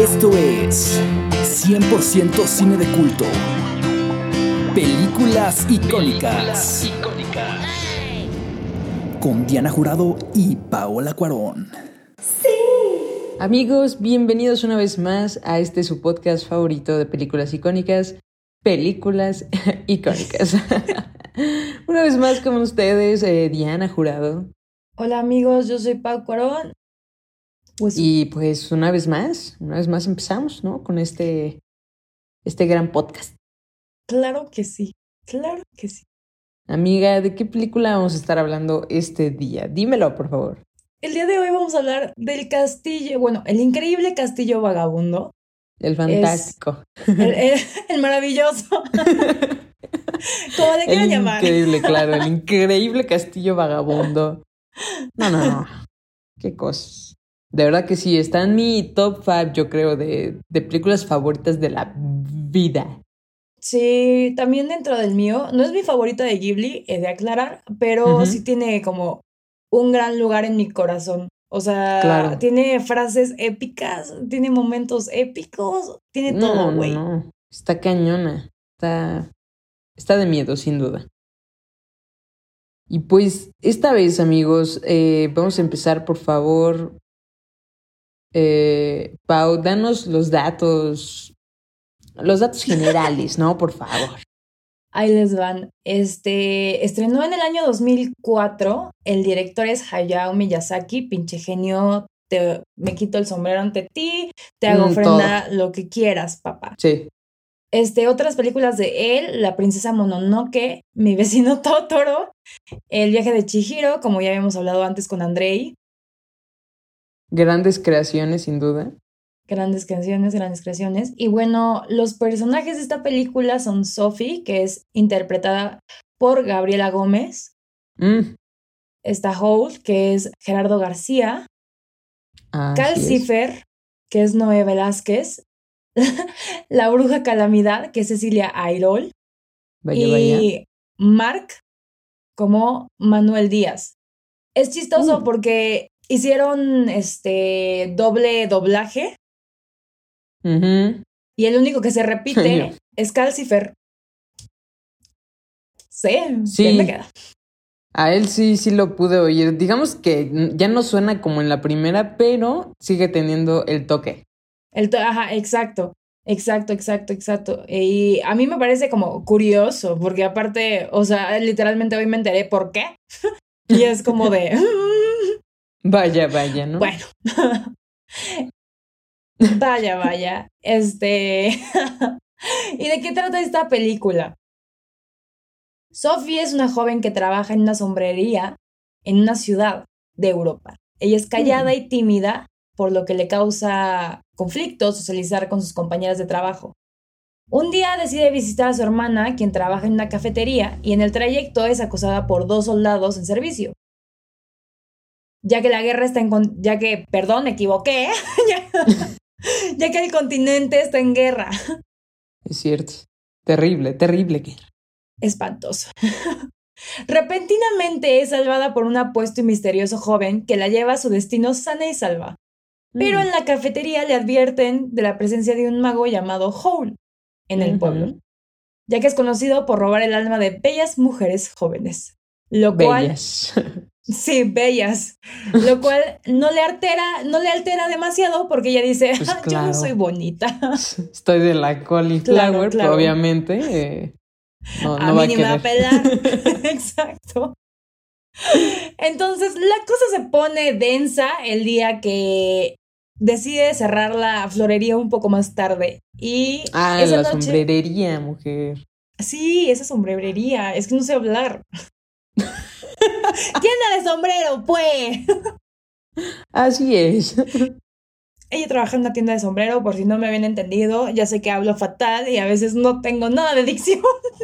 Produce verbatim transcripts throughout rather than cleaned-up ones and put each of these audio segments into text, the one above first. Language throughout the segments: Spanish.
Esto es cien por ciento cine de culto. Películas icónicas. Con Diana Jurado y Paola Cuarón. Amigos, bienvenidos una vez más a este su podcast favorito de películas icónicas, Películas Icónicas. Una vez más con ustedes, eh, Diana Jurado. Hola amigos, yo soy Pau Cuarón. Pues, y pues una vez más, una vez más empezamos, ¿no? Con este, este gran podcast. Claro que sí, claro que sí. Amiga, ¿de qué película vamos a estar hablando este día? Dímelo, por favor. El día de hoy vamos a hablar del castillo, bueno, el increíble castillo vagabundo. El fantástico. El, el, el maravilloso. Como le quieran llamar. Increíble, claro, el increíble castillo vagabundo. No, no, no. Qué cosas. De verdad que sí, está en mi top cinco, yo creo, de, de películas favoritas de la vida. Sí, también dentro del mío. No es mi favorita de Ghibli, he de aclarar, pero uh-huh. sí tiene como un gran lugar en mi corazón. O sea, claro. Tiene frases épicas, tiene momentos épicos, tiene no, todo, güey. No, no, está cañona, está, está de miedo, sin duda. Y pues, esta vez, amigos, eh, vamos a empezar, por favor. Eh, Pau, danos los datos, los datos generales, ¿no? Por favor. Ahí les van. Este, estrenó en el año dos mil cuatro. El director es Hayao Miyazaki, pinche genio. Te, me quito el sombrero ante ti. Te hago mm, ofrenda todo. Lo que quieras, papá. Sí. Este, otras películas de él, La princesa Mononoke, Mi vecino Totoro, El viaje de Chihiro, como ya habíamos hablado antes con Andrei. Grandes creaciones, sin duda. Grandes canciones, grandes creaciones. Y bueno, los personajes de esta película son Sophie, que es interpretada por Gabriela Gómez. Mm. Está Howl, que es Gerardo García. Ah, Calcifer, que es Noé Velázquez. La bruja Calamidad, que es Cecilia Airol. Vaya, y vaya. Mark, como Manuel Díaz. Es chistoso uh. porque hicieron este doble doblaje. Uh-huh. Y el único que se repite es Calcifer. Sí, sí. Bien me queda. A él sí, sí lo pude oír. Digamos que ya no suena como en la primera, pero sigue teniendo el toque. El to- Ajá, exacto. Exacto, exacto, exacto. Y a mí me parece como curioso, porque aparte, o sea, literalmente hoy me enteré por qué. Y es como de... Vaya, vaya, ¿no? Bueno. Vaya, vaya. Este... ¿Y de qué trata esta película? Sophie es una joven que trabaja en una sombrería en una ciudad de Europa. Ella es callada y tímida, por lo que le causa conflictos socializar con sus compañeras de trabajo. Un día decide visitar a su hermana, quien trabaja en una cafetería, y en el trayecto es acosada por dos soldados en servicio. Ya que la guerra está en... Con- ya que, perdón, me equivoqué. Ya que el continente está en guerra. Es cierto. Terrible, terrible guerra. Espantoso. Repentinamente es salvada por un apuesto y misterioso joven que la lleva a su destino sana y salva. Mm. Pero en la cafetería le advierten de la presencia de un mago llamado Howl en el uh-huh. pueblo, ya que es conocido por robar el alma de bellas mujeres jóvenes. Lo bellas. cual... Sí, bellas. Lo cual no le altera, no le altera demasiado porque ella dice, pues ah, claro. yo no soy bonita. Estoy de la cauliflower, claro, claro. Obviamente. Eh, no, a no mí va ni a me va a pelar. Exacto. Entonces la cosa se pone densa el día que decide cerrar la florería un poco más tarde. Y ah, esa la noche... sombrerería, mujer. Sí, esa sombrerería. Es que no sé hablar. Tienda de sombrero, pues. Así es. Ella trabaja en una tienda de sombrero, por si no me habían entendido. Ya sé que hablo fatal y a veces no tengo nada de dicción.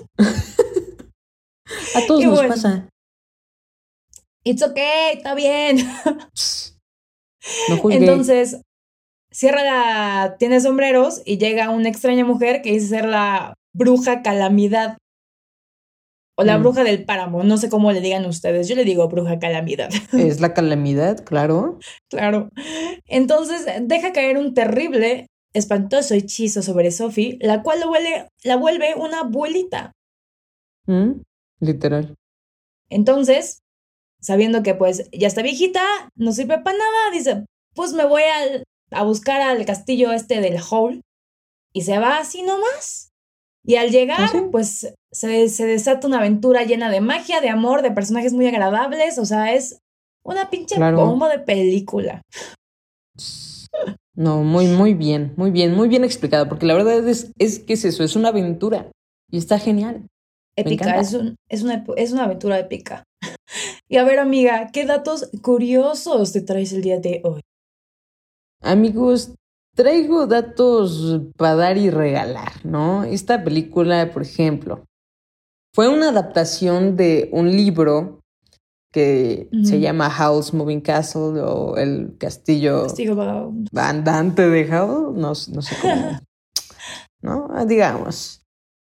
A todos y nos bueno, pasa. It's okay, está bien. No juzgué. Entonces, cierra la tienda de sombreros y llega una extraña mujer que dice ser la bruja Calamidad. O la mm. bruja del páramo, no sé cómo le digan ustedes. Yo le digo bruja Calamidad. Es la calamidad, claro. Claro. Entonces deja caer un terrible espantoso hechizo sobre Sophie, la cual lo vuelve, la vuelve una abuelita. ¿Mm? Literal. Entonces, sabiendo que pues ya está viejita, no sirve para nada, dice, pues me voy al, a buscar al castillo este del Howl, y se va así nomás. Y al llegar, ¿Ah, sí? pues se, se desata una aventura llena de magia, de amor, de personajes muy agradables, o sea, es una pinche Claro. bomba de película. No, muy, muy bien, muy bien, muy bien explicado, porque la verdad es, es que es eso, es una aventura y está genial. Épica, es, un, es, una, es una aventura épica. Y a ver, amiga, ¿qué datos curiosos te traes el día de hoy? Amigos, traigo datos para dar y regalar, ¿no? Esta película, por ejemplo, fue una adaptación de un libro que uh-huh. se llama Howl's Moving Castle o el castillo, castillo vagabundo. andante de Howl, no, no sé cómo, ¿no? Digamos.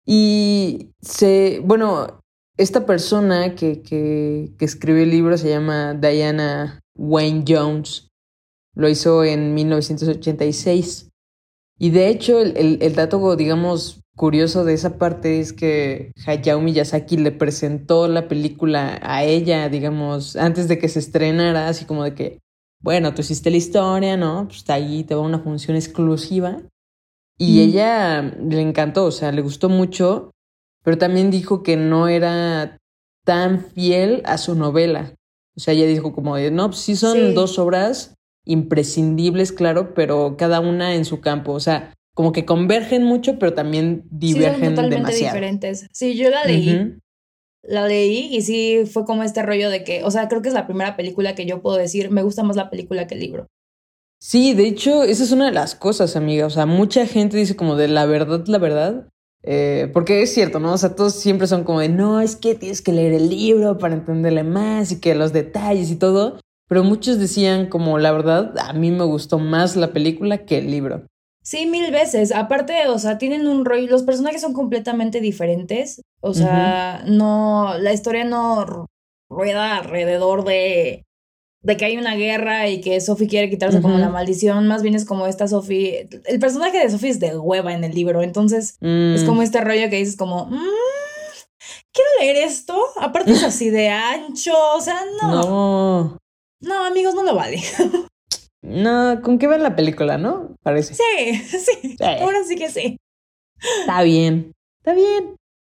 Y se, bueno, esta persona que, que, que escribió el libro se llama Diana Wynne Jones. Lo hizo en mil novecientos ochenta y seis. Y de hecho, el, el, el dato, digamos, curioso de esa parte es que Hayao Miyazaki le presentó la película a ella, digamos, antes de que se estrenara, así como de que, bueno, tú hiciste la historia, ¿no? Pues está ahí, te va una función exclusiva. Y mm. ella le encantó, o sea, le gustó mucho, pero también dijo que no era tan fiel a su novela. O sea, ella dijo como de, no, pues sí son sí. dos obras imprescindibles, claro, pero cada una en su campo, o sea, como que convergen mucho, pero también divergen sí, son totalmente demasiado. diferentes. Sí, yo la leí, uh-huh. la leí y sí fue como este rollo de que, o sea, creo que es la primera película que yo puedo decir, me gusta más la película que el libro. Sí, de hecho, esa es una de las cosas, amiga, o sea, mucha gente dice como de la verdad, la verdad, eh, porque es cierto, ¿no? O sea, todos siempre son como de, no, es que tienes que leer el libro para entenderle más y que los detalles y todo. Pero muchos decían como, la verdad, a mí me gustó más la película que el libro. Sí, mil veces. Aparte, o sea, tienen un rollo, los personajes son completamente diferentes. O sea, uh-huh. no, la historia no rueda alrededor de, de que hay una guerra y que Sophie quiere quitarse uh-huh. como la maldición. Más bien es como esta Sophie, el personaje de Sophie es de hueva en el libro. Entonces, mm. es como este rollo que dices como, mmm, quiero leer esto. Aparte es así de ancho, o sea, no. No. No, amigos, no lo vale. No, ¿con qué ven la película, no? Parece. Sí, sí, sí. Ahora sí que sí. Está bien, está bien.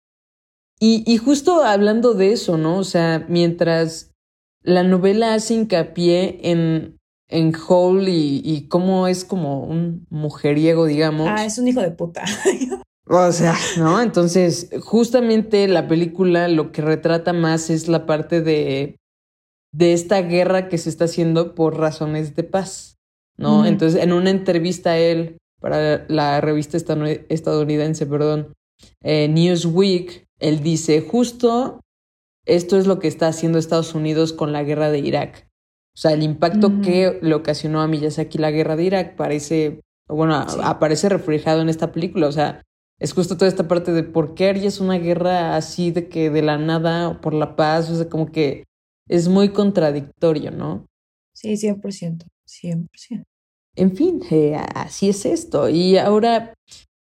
Y, y justo hablando de eso, ¿no? O sea, mientras la novela hace hincapié en, en Howl y, y cómo es como un mujeriego, digamos. Ah, es un hijo de puta. O sea, ¿no? Entonces, justamente la película lo que retrata más es la parte de... de esta guerra que se está haciendo por razones de paz, ¿no? Uh-huh. Entonces, en una entrevista a él para la revista estadounidense, perdón, eh, Newsweek, él dice, justo esto es lo que está haciendo Estados Unidos con la guerra de Irak. O sea, el impacto uh-huh. que le ocasionó a Miyazaki la guerra de Irak parece, bueno, sí. aparece reflejado en esta película. O sea, es justo toda esta parte de por qué harías una guerra así de que de la nada o por la paz, o sea, como que es muy contradictorio, ¿no? Sí, cien por ciento, cien por ciento. En fin, eh, así es esto. Y ahora,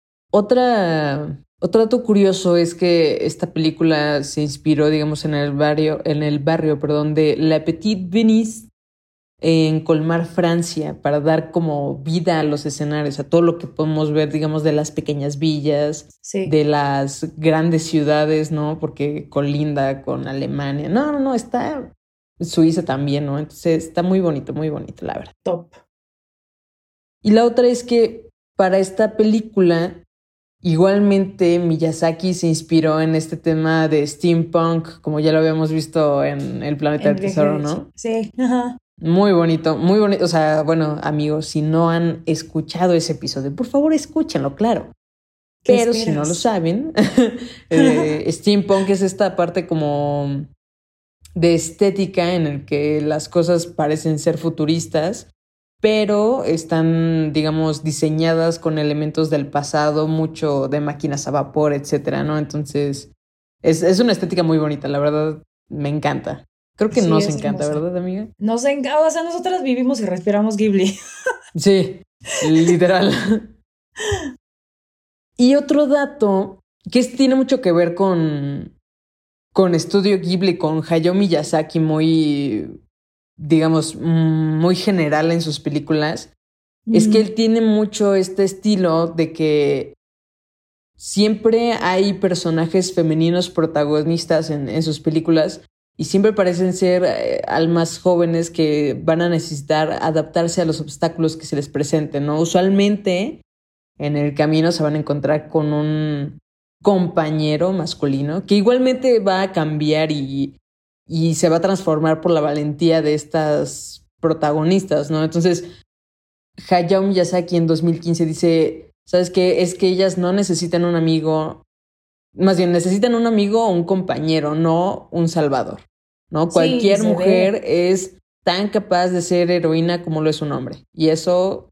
otra, otro dato curioso es que esta película se inspiró, digamos, en el barrio, en el barrio, perdón, de La Petite Venise, en Colmar, Francia, para dar como vida a los escenarios, a todo lo que podemos ver, digamos, de las pequeñas villas, sí. de las grandes ciudades, ¿no? Porque colinda con Alemania. No, no, no, está Suiza también, ¿no? Entonces está muy bonito, muy bonito, la verdad. Top. Y la otra es que para esta película, igualmente Miyazaki se inspiró en este tema de steampunk, como ya lo habíamos visto en El Planeta del Tesoro, ¿no? Sí, ajá. Muy bonito, muy bonito. O sea, bueno, amigos, si no han escuchado ese episodio, por favor escúchenlo, claro. Pero esperas? Si no lo saben, eh, steampunk es esta parte como de estética en el que las cosas parecen ser futuristas, pero están, digamos, diseñadas con elementos del pasado, mucho de máquinas a vapor, etcétera, ¿no? Entonces, es, es una estética muy bonita, la verdad, me encanta. Creo que sí, nos encanta, hermosa. ¿Verdad, amiga? Nos encanta, o sea, nosotras vivimos y respiramos Ghibli. Sí, literal. Y otro dato que es- tiene mucho que ver con, con Estudio Ghibli, con Hayao Miyazaki, muy, digamos, mm, muy general en sus películas, es que Mm, él tiene mucho este estilo de que siempre hay personajes femeninos protagonistas en, en sus películas y siempre parecen ser eh, almas jóvenes que van a necesitar adaptarse a los obstáculos que se les presenten, ¿no? Usualmente en el camino se van a encontrar con un compañero masculino que igualmente va a cambiar y, y se va a transformar por la valentía de estas protagonistas, ¿no? Entonces, Hayao Miyazaki en dos mil quince dice, ¿sabes qué? Es que ellas no necesitan un amigo, más bien necesitan un amigo o un compañero, no un salvador, ¿no? sí, Cualquier se ve. mujer es tan capaz de ser heroína como lo es un hombre. Y eso,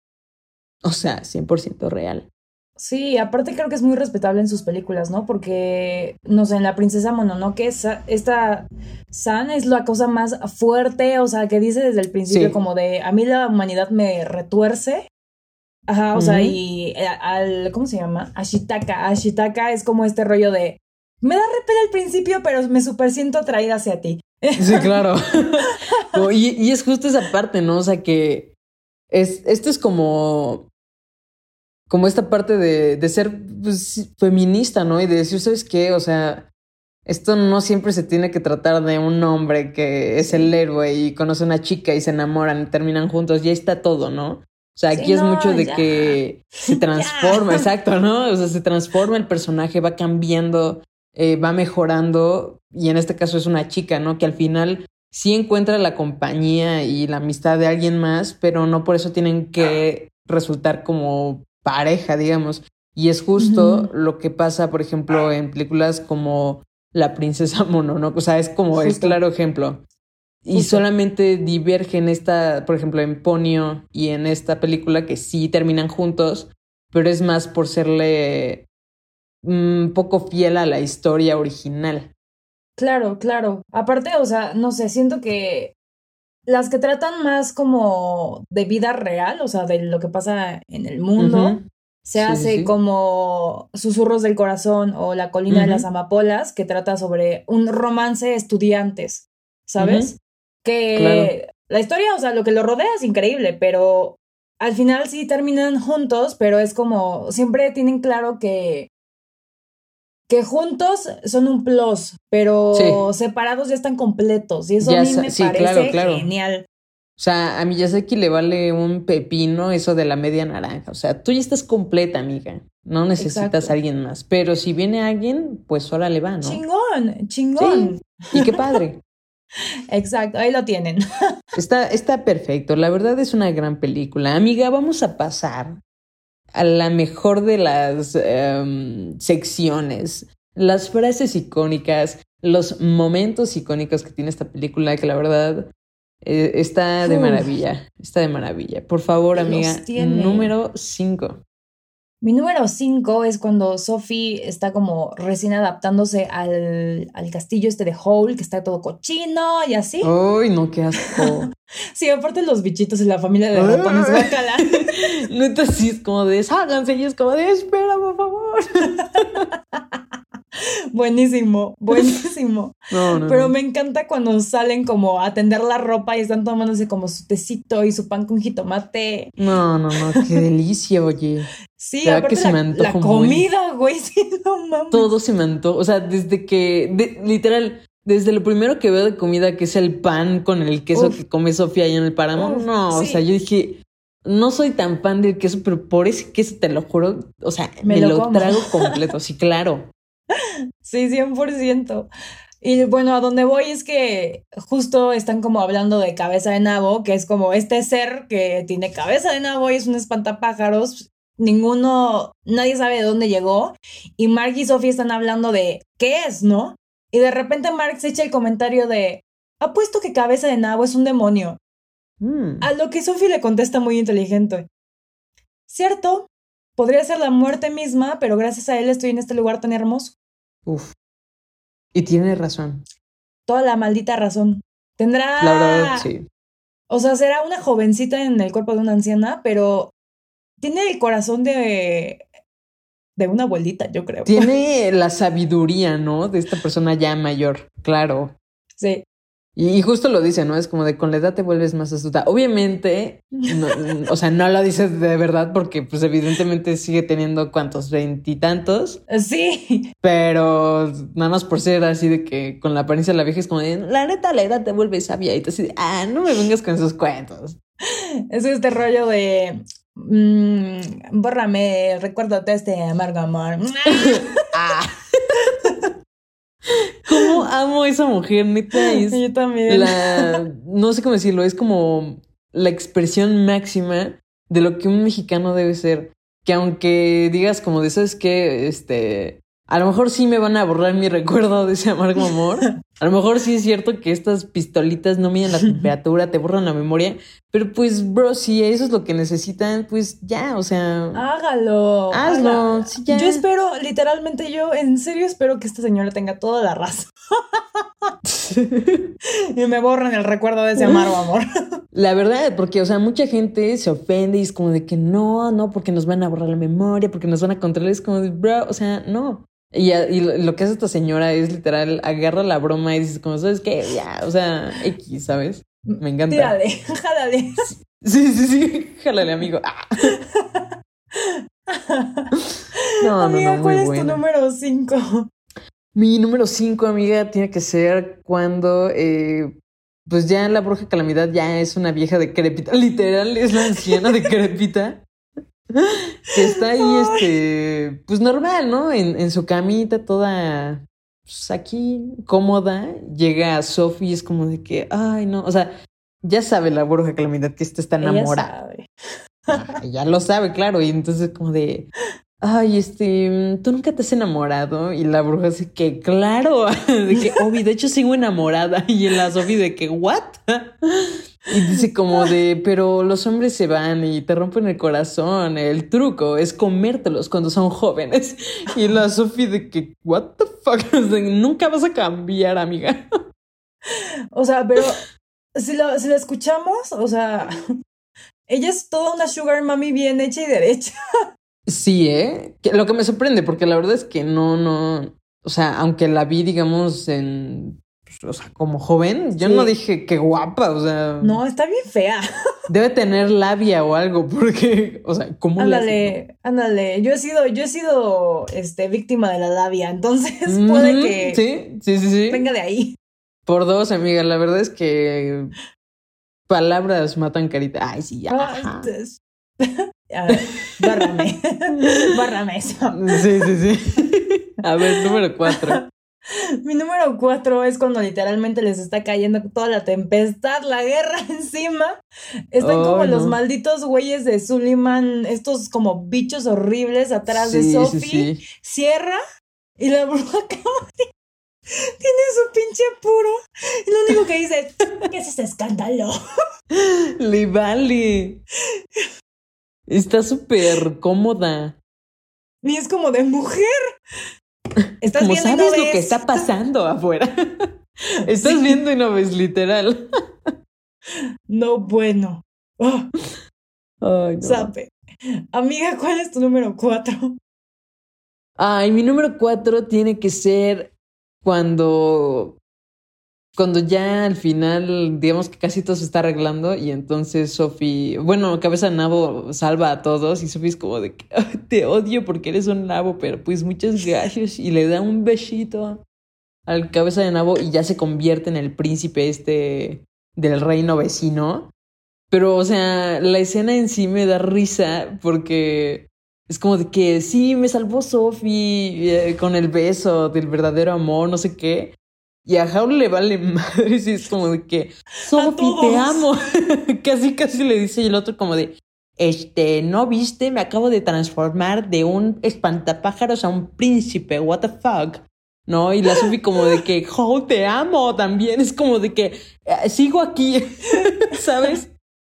o sea, cien por ciento real. Sí, aparte creo que es muy respetable en sus películas, ¿no? Porque, no sé, en La Princesa Mononoke, Sa- esta San es la cosa más fuerte, o sea, que dice desde el principio Sí. como de, a mí la humanidad me retuerce. Ajá, o sea, Ujú. y eh, al, ¿cómo se llama? Ashitaka. Ashitaka es como este rollo de, me da repel al principio, pero me super siento atraída hacia ti. Sí, claro. Como- y, y es justo esa parte, ¿no? O sea, que es, esto es como, como esta parte de, de ser pues, sí, feminista, ¿no? Y de decir, ¿sabes qué? O sea, esto no siempre se tiene que tratar de un hombre que es el Sí. héroe y conoce a una chica y se enamoran y terminan juntos, ya está todo, ¿no? O sea, Sí, aquí es mucho no, de ya, que se ya. transforma, exacto, ¿no? O sea, se transforma el personaje, va cambiando, eh, va mejorando, y en este caso es una chica, ¿no? Que al final sí encuentra la compañía y la amistad de alguien más, pero no por eso tienen que resultar como pareja, digamos. Y es justo Ujú, lo que pasa, por ejemplo, en películas como La princesa Mononoke, o sea, es como el justo, claro ejemplo. Y justo. solamente divergen esta, por ejemplo, en Ponyo y en esta película que sí terminan juntos, pero es más por serle un poco fiel a la historia original. Claro, claro. Aparte, o sea, no sé, siento que las que tratan más como de vida real, o sea, de lo que pasa en el mundo, Ujú. se Sí, sí, hace sí. como Susurros del Corazón o La Colina de las Ujú, Amapolas, que trata sobre un romance de estudiantes, ujú, ¿sabes? claro. Que la historia, o sea, lo que lo rodea es increíble, pero al final sí terminan juntos, pero es como, siempre tienen claro que que juntos son un plus, pero Sí, separados ya están completos. Y eso a ya, mí sa- me sí, claro, parece claro. genial. O sea, a Miyazaki le vale un pepino eso de la media naranja. O sea, tú ya estás completa, amiga. No necesitas a Exacto. alguien más. Pero si viene alguien, pues órale va, ¿no? Chingón, chingón. Sí. Y qué padre. Exacto, ahí lo tienen. Está, está perfecto. La verdad es una gran película. Amiga, vamos a pasar a la mejor de las em, secciones. Las frases icónicas, los momentos icónicos que tiene esta película, que la verdad eh, está de Uf, maravilla. Está de maravilla. Por favor, que los amiga, tiene. número cinco. Mi número cinco es cuando Sophie está como recién adaptándose al, al castillo este de Howl, que está todo cochino y así. ¡Ay, no, qué asco! Sí, aparte los bichitos y la familia de ratones, Ay, guácala. neta, sí es como de desháganse y es como de espera, por favor. Buenísimo, buenísimo. No, no, Pero no. me encanta cuando salen como a tender la ropa y están tomándose como su tecito y su pan con jitomate. No, no, no, qué delicia, oye. Sí, De verdad que aparte se me la, antoja la un buen. comida, güey, sí, no Todo mames. se me antoja. O sea, desde que, de- literal, desde lo primero que veo de comida, que es el pan con el queso Uf, que come Sofía ahí en el páramo. uf, No, o sea, sí, yo dije, no soy tan fan del queso, pero por ese queso te lo juro, o sea, me me lo lo como. trago completo. Sí, claro. Sí, cien por ciento. Y bueno, a donde voy es que justo están como hablando de cabeza de nabo, que es como este ser que tiene cabeza de nabo y es un espantapájaros. Ninguno, nadie sabe de dónde llegó. Y Mark y Sophie están hablando de qué es, ¿no? Y de repente Mark se echa el comentario de, apuesto que cabeza de nabo es un demonio. A Mm, lo que Sophie le contesta muy inteligente. Cierto, podría ser la muerte misma, pero gracias a él estoy en este lugar tan hermoso. uf. Y tiene razón. Toda la maldita razón. La verdad, Tendrá, sí. o sea, será una jovencita en el cuerpo de una anciana, pero tiene el corazón de, de una abuelita, yo creo. Tiene la sabiduría, ¿no? De esta persona ya mayor, claro. Sí. Y, y justo lo dice, ¿no? Es como de con la edad te vuelves más astuta. Obviamente, no, o sea, no lo dice de verdad porque pues evidentemente sigue teniendo cuántos, veintitantos. Sí. Pero nada más por ser así de que con la apariencia de la vieja es como de la neta la edad te vuelve sabia. Y tú así de, ah, no me vengas con esos cuentos. Es este rollo de mmm, bórrame, recuérdate este amargo amor. Ah. ¿Cómo amo a esa mujer? Neta es Yo también. la, no sé cómo decirlo, es como la expresión máxima de lo que un mexicano debe ser. Que aunque digas como de, ¿sabes qué? Este, a lo mejor sí me van a borrar mi recuerdo de ese amargo amor. A lo mejor sí es cierto que estas pistolitas no miden la temperatura, te borran la memoria. Pero pues, bro, si eso es lo que necesitan, pues ya, o sea... Hágalo. Hazlo, Haga. sí, ya. Yo espero, literalmente yo, en serio espero que esta señora tenga toda la razón. Y me borran el recuerdo de ese amargo amor. La verdad, porque, o sea, mucha gente se ofende y es como de que no, no, porque nos van a borrar la memoria, porque nos van a controlar. Es como de, bro, o sea, no. Y, y lo que hace esta señora es literal, agarra la broma y dice como, ¿sabes qué? Ya, o sea, X, ¿sabes? Me encanta. Tírale, jálale. Sí, sí, sí, jálale, amigo. Ah. No, amiga, no, no, ¿cuál muy es buena. tu número cinco? Mi número cinco, amiga, tiene que ser cuando, eh, pues ya la bruja calamidad ya es una vieja decrépita. Literal, es la anciana decrépita. Que está ahí, Ay. este, pues normal, ¿no? En, en su camita toda, pues aquí, cómoda. Llega Sophie y es como de que, ay, no, o sea, ya sabe la bruja calamidad que esta está enamorada. Ella Ah, ya lo sabe, claro, y entonces como de, ay, este, ¿tú nunca te has enamorado? Y la bruja dice que, claro, de que, obvio, de hecho sigo enamorada. Y en la Sophie de que, ¿what? Y dice como de, pero los hombres se van y te rompen el corazón. El truco es comértelos cuando son jóvenes. Y la Sophie de que, what the fuck? O sea, nunca vas a cambiar, amiga. O sea, pero si lo, si lo escuchamos, o sea, ella es toda una sugar mami bien hecha y derecha. Sí, ¿eh? Que- Lo que me sorprende, porque la verdad es que no, no, o sea, aunque la vi, digamos, en, pues, o sea, como joven, yo Sí. no dije que guapa, o sea, No, está bien fea. debe tener labia o algo, porque, o sea, ¿cómo le hace, Ándale, ándale. Yo he sido, yo he sido este, víctima de la labia, entonces no? puede Ujú, que sí, sí, sí, sí. venga de ahí. Por dos, amiga, la verdad es que palabras matan carita. Ay, sí, ya. Ah, Ajá. es- A ver, bárrame. Bárrame eso. Sí, sí, sí. A ver, número cuatro. Mi número cuatro es cuando literalmente les está cayendo toda la tempestad, la guerra encima. Están Oh, como los no. malditos güeyes de Suleiman, estos como bichos horribles atrás de Sí, sí, Sophie. sí. Cierra y la bruja Calamity tiene su pinche puro. Y lo único que dice es, ¿qué es ese escándalo? Le vale. Está súper cómoda. Y es como de mujer. Estás Como viendo y sabes no lo ves. que está pasando afuera. Estás Sí. viendo y no ves, literal. No, bueno. Oh, Ay, no. sape. Amiga, ¿cuál es tu número cuatro? Ay, mi número cuatro tiene que ser cuando, cuando ya al final, digamos que casi todo se está arreglando y entonces Sophie, bueno, Cabeza de Nabo salva a todos y Sophie es como de que "Ay, te odio porque eres un nabo, pero pues muchas gracias", y le da un besito al Cabeza de Nabo y ya se convierte en el príncipe este del reino vecino. Pero, o sea, la escena en sí me da risa porque es como de que sí, me salvó Sophie eh, con el beso del verdadero amor, no sé qué. Y a Howl le vale madre, y es como de que Sophie, todos. te amo. Casi, casi le dice y el otro como de, este, ¿no viste? Me acabo de transformar de un espantapájaros a un príncipe, what the fuck. ¿No? Y la Sophie como de que, Howl, te amo también. Es como de que eh, sigo aquí, ¿sabes?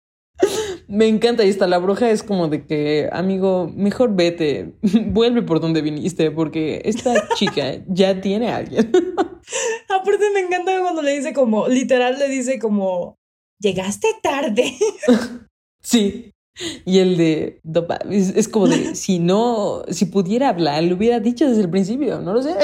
Me encanta. Y hasta la bruja es como de que, amigo, mejor vete, vuelve por donde viniste, porque esta chica ya tiene a alguien. Aparte me encanta cuando le dice como, literal le dice como, llegaste tarde. Sí, Y el de dopa- es, es como de si no, si pudiera hablar, lo hubiera dicho desde el principio, no lo sé.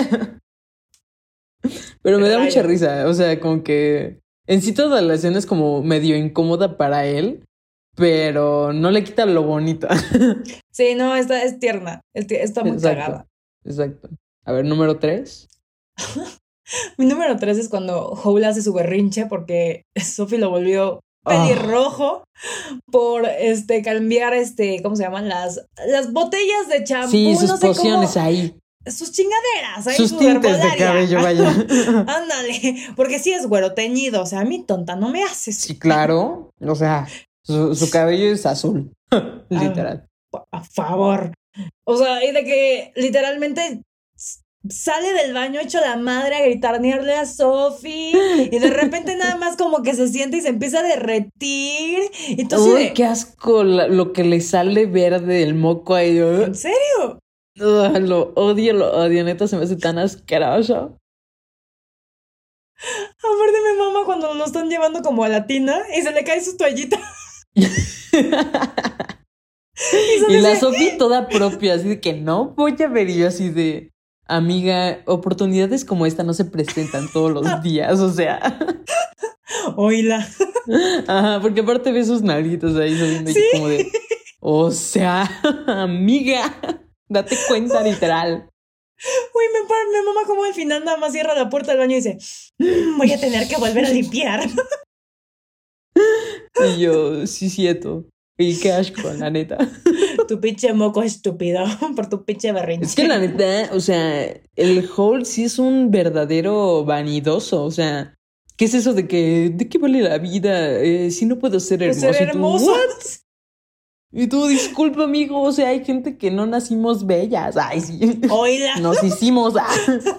Pero me da mucha Rayos. risa, o sea, como que en sí toda la escena es como medio incómoda para él, pero no le quita lo bonito. Sí, no, está, es tierna. es tie- Está muy Exacto, cagada. exacto. A ver, número tres. Mi número tres es cuando Howl hace su berrinche porque Sophie lo volvió Ah, pelirrojo por este cambiar este, ¿cómo se llaman? Las, las botellas de champú, sí, sus no sé cómo. pociones ahí. Sus chingaderas, ahí Sus su tintes de herbolaria. cabello, vaya. Ándale, porque sí es güero teñido, o sea, a mí tonta no me haces. Sí, claro. O sea, su, su cabello es azul. Literal. A, a favor. O sea, y de que literalmente s- sale del baño hecho la madre a gritarnearle a Sophie y de repente nada más como que se siente y se empieza a derretir. Y entonces Uy, de, qué asco la- lo que le sale verde del moco ahí. Ugh. ¿en serio? Ugh, lo odio, lo odio. Neta, se me hace tan asqueroso. Aparte me mama cuando lo están llevando como a la tina y se le cae su toallita. Y se Y la dice, Sophie toda propia, así de que no voy a ver. Y yo así de, amiga, oportunidades como esta no se presentan todos los días, o sea. oíla. Ajá, porque aparte ve sus nalguitas ahí saliendo y Sí. como de, o sea, amiga, date cuenta literal. Uy, me, par- me mama como al final nada más cierra la puerta del baño y dice, "Mm, voy a tener que volver a limpiar". Y yo, sí, cierto. Y qué asco, la neta. Tu pinche moco estúpido por tu pinche berrinche. Es que la neta, o sea, el Hulk sí es un verdadero vanidoso, o sea, ¿qué es eso de que, de qué vale la vida eh, si no puedo ser Pues hermoso? ser Y tú, hermoso. "What?". Y tú, disculpa, amigo, o sea, hay gente que no nacimos bellas. Ay, sí. Oíla. Nos hicimos. Ah.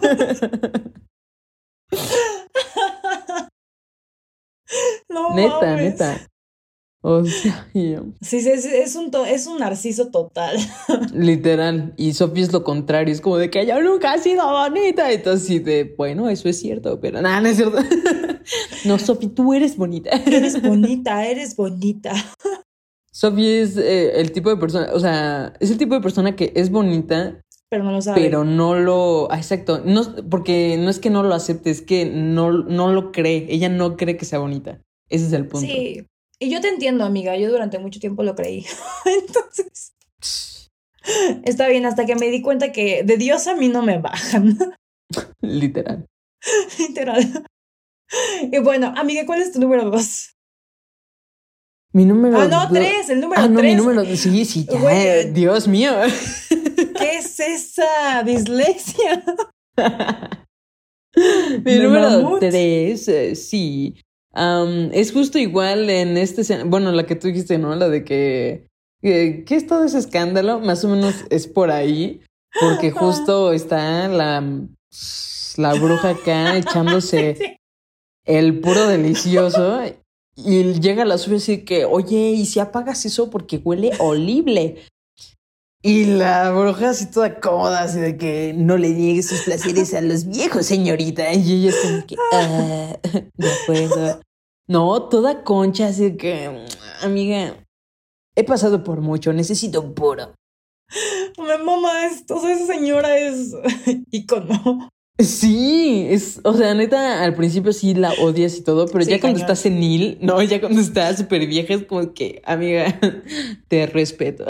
No Neta, mames. neta. O sea, y- Sí, sí, sí, es un, to- es un narciso total. literal. Y Sophie es lo contrario. Es como de que yo nunca he sido bonita. Entonces, sí, de bueno, eso es cierto, pero nada, no es cierto. No, Sophie, tú eres bonita. Eres bonita, eres bonita. Sophie es eh, el tipo de persona, o sea, es el tipo de persona que es bonita, Pero no lo sabe. pero no lo. Ah, exacto. No, porque no es que no lo acepte, es que no, no lo cree. Ella no cree que sea bonita. Ese es el punto. Sí. Y yo te entiendo, amiga. Yo durante mucho tiempo lo creí. Entonces, está bien, hasta que me di cuenta que de Dios a mí no me bajan. Literal. Literal. Y bueno, amiga, ¿cuál es tu número dos? Mi número. Ah, no, do- tres, el número Ah, no, mi tres. número. Sí, sí, ya. Güey. Dios mío. ¿Qué es esa dislexia? Mi ¿De número mamut? tres, eh, sí. Am, es justo igual en este. escena- Bueno, la que tú dijiste, ¿no? La de que. que- ¿Qué es todo ese escándalo? Más o menos es por ahí. Porque justo está la. La bruja acá echándose Sí. el puro delicioso. Y llega la suya así que, oye, ¿y si apagas eso? Porque huele horrible. Y la bruja así toda cómoda, así de que no le niegues sus placeres a los viejos, señorita. Y ella es como que, ah, de acuerdo. No, toda concha, así de que, amiga, he pasado por mucho, necesito un puro. Me mama esto. O sea, esa señora es ícono. Sí, es, o sea, neta, al principio sí la odias y todo, pero Sí, ya cuando cañón. está senil, no, ya cuando está súper vieja es como que, amiga, te respeto.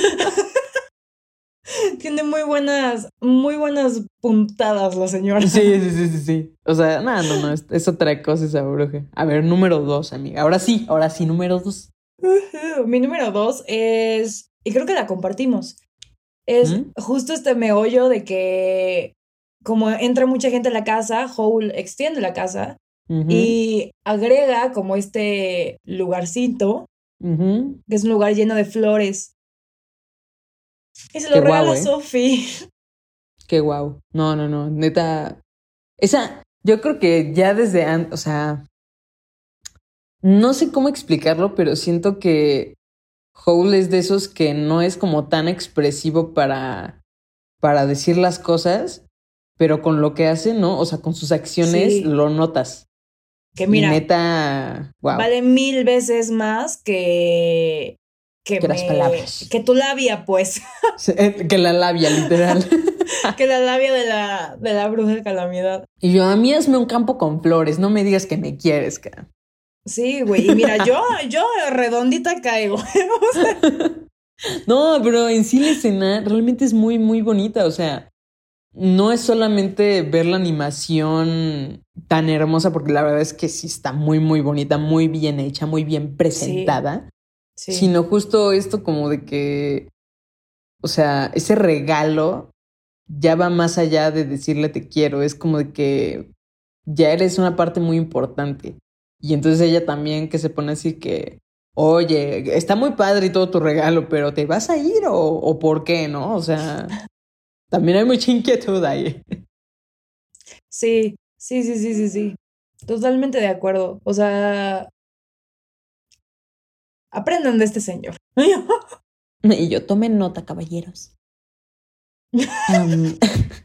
Tiene muy buenas, muy buenas puntadas la señora. Sí, sí, sí, sí, sí. O sea, no, no, no, es, es otra cosa esa bruja. A ver, número dos, amiga. Ahora sí, ahora sí, número dos. Ujú. Mi número dos es, y creo que la compartimos, es ¿Mm? justo este meollo de que como entra mucha gente a la casa, Howl extiende la casa Ujú, y agrega como este lugarcito, ujú. que es un lugar lleno de flores. Y se lo Qué regala guau, a ¿eh? Sophie. Qué guau. No, no, no, neta. Esa, yo creo que ya desde antes, o sea, no sé cómo explicarlo, pero siento que Howl es de esos que no es como tan expresivo para, para decir las cosas, pero con lo que hace, ¿no? O sea, con sus acciones Sí. lo notas. Que Y mira, neta, wow. vale mil veces más que que, que me, las palabras. Que tu labia, pues. Que la labia, literal. Que la labia de la, de la bruja calamidad. Y yo, a mí hazme un campo con flores, no me digas que me quieres, cara. Sí, güey. Y mira, yo, yo redondita caigo. O sea, no, pero en sí la escena realmente es muy, muy bonita. O sea, no es solamente ver la animación tan hermosa, porque la verdad es que sí está muy, muy bonita, muy bien hecha, muy bien presentada. Sí. Sí. Sino justo esto como de que, o sea, ese regalo ya va más allá de decirle te quiero. Es como de que ya eres una parte muy importante. Y entonces ella también que se pone así que, oye, está muy padre y todo tu regalo, pero ¿te vas a ir o, o por qué, no? O sea, también hay mucha inquietud ahí. Sí, sí, sí, sí, sí, sí. Totalmente de acuerdo. O sea, aprendan de este señor. Y yo, tomen nota, caballeros. um,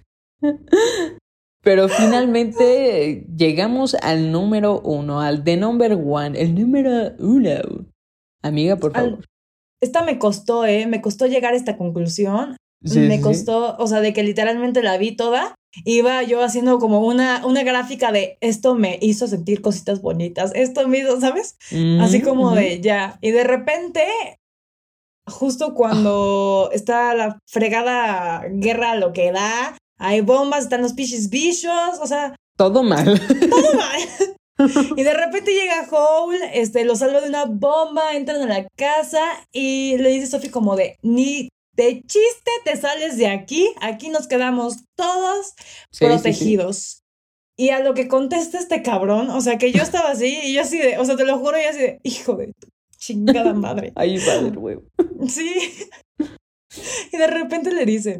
pero finalmente llegamos al número uno, al the number one, el número uno. Amiga, por favor. Al, esta me costó, ¿eh? Me costó llegar a esta conclusión. Sí, me sí, costó, sí. O sea, de que literalmente la vi toda. Iba yo haciendo como una, una gráfica de esto me hizo sentir cositas bonitas. Esto me hizo, ¿sabes? Mm-hmm, Así como mm-hmm. de ya. Y de repente, justo cuando oh. está la fregada guerra, lo que da, hay bombas, están los pichis bichos, o sea. Todo mal. Todo mal. Y de repente llega Howl, este, lo salva de una bomba, entran a la casa y le dice Sophie como de, ni de chiste te sales de aquí, aquí nos quedamos todos sí, protegidos. Sí, sí. Y a lo que contesta este cabrón, o sea, que yo estaba así y yo así de, o sea, te lo juro, yo así de, hijo de tu chingada madre. Ahí va de nuevo. Sí. Y de repente le dice,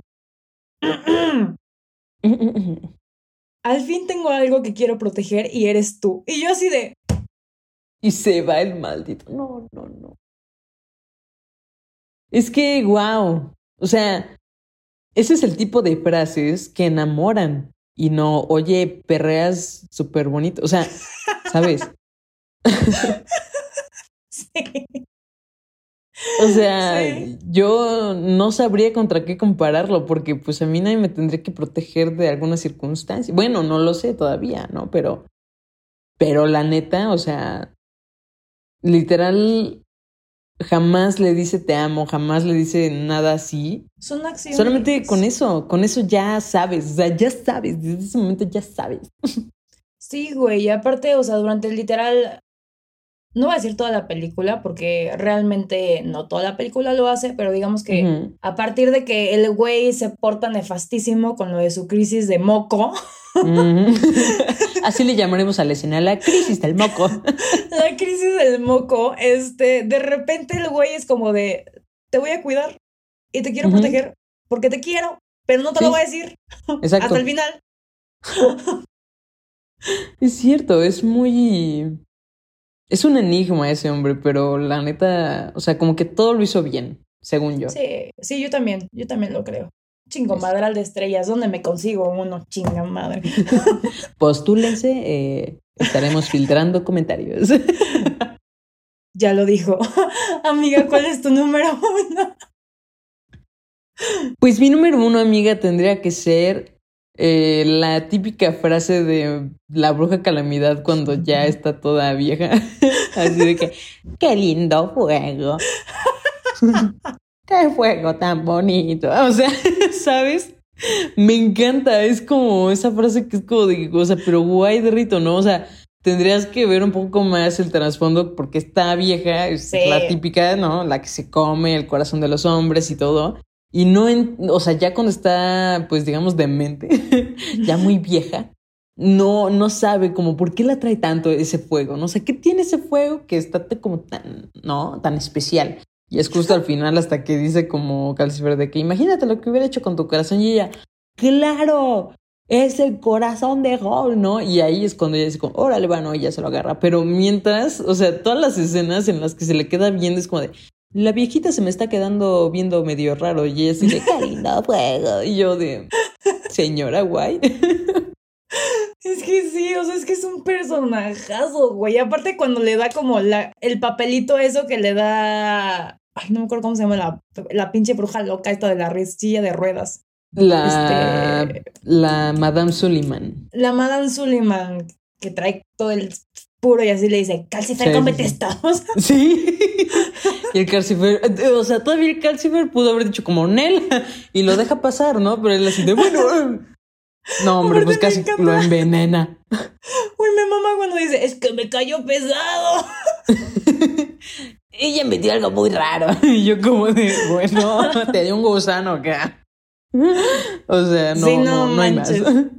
al fin tengo algo que quiero proteger y eres tú. Y yo así de... Y se va el maldito. No, no, no. Es que, wow. O sea, ese es el tipo de frases que enamoran. Y no, oye, perreas súper bonito. O sea, ¿sabes? Sí. O sea, sí. Yo no sabría contra qué compararlo, porque pues a mí nadie me tendría que proteger de alguna circunstancia. Bueno, no lo sé todavía, ¿no? Pero, pero la neta, o sea, literal, jamás le dice te amo, jamás le dice nada así. Son acciones. Solamente con eso, con eso ya sabes, o sea, ya sabes, desde ese momento ya sabes. Sí, güey, y aparte, o sea, durante el literal... No voy a decir toda la película porque realmente no toda la película lo hace, pero digamos que uh-huh. a partir de que el güey se porta nefastísimo con lo de su crisis de moco. Uh-huh. Así le llamaremos a la escena, la crisis del moco. La crisis del moco, este, de repente el güey es como de, te voy a cuidar y te quiero uh-huh. proteger porque te quiero, pero no te sí. lo voy a decir. Exacto. Hasta el final. Es cierto, es muy... Es un enigma ese hombre, pero la neta, o sea, como que todo lo hizo bien, según yo. Sí, sí, yo también, yo también lo creo. Chingo madral de estrellas, ¿dónde me consigo uno? Chinga madre. Postúlense, eh, estaremos filtrando comentarios. Ya lo dijo. Amiga, ¿cuál es tu número uno? Pues mi número uno, amiga, tendría que ser... Eh, la típica frase de la bruja calamidad cuando ya está toda vieja. Así de que, qué lindo fuego. Qué fuego tan bonito. O sea, ¿sabes? Me encanta. Es como esa frase que es como de, o sea, pero guay de rito, ¿no? O sea, tendrías que ver un poco más el trasfondo porque está vieja, es sí. la típica, ¿no? La que se come el corazón de los hombres y todo. Y no, en, o sea, ya cuando está, pues digamos, demente, ya muy vieja, no, no sabe como por qué la trae tanto ese fuego, ¿no? O sea, ¿qué tiene ese fuego que está como tan, ¿no? Tan especial? Y es justo al final hasta que dice como Calcifer de que imagínate lo que hubiera hecho con tu corazón y ella, ¡claro! Es el corazón de Howl, ¿no? Y ahí es cuando ella dice como, órale, bueno, ella se lo agarra. Pero mientras, o sea, todas las escenas en las que se le queda viendo es como de... La viejita se me está quedando viendo medio raro y ella así de, qué lindo fuego. Y yo de, señora guay. Es que sí, o sea, es que es un personajazo, güey. Aparte cuando le da como la, el papelito eso que le da Ay, no me acuerdo cómo se llama la, la pinche bruja loca esta de la silla de ruedas. La, Este, la Madame Suleiman. La Madame Suleiman, que trae todo el puro y así le dice, Calcifer, Sí, cómete sí, sí. esta. O sea, Sí. Y el Calcifer, o sea, todavía el Calcifer pudo haber dicho como Nel y lo deja pasar, ¿no? Pero él así de, bueno. No, hombre, Aparte pues me casi encanta. lo envenena. uy, me mama cuando dice, es que me cayó pesado. Ella metió algo muy raro. Y yo como de, bueno, te dio un gusano acá. O sea, no, Sí, no, no no hay más. manches.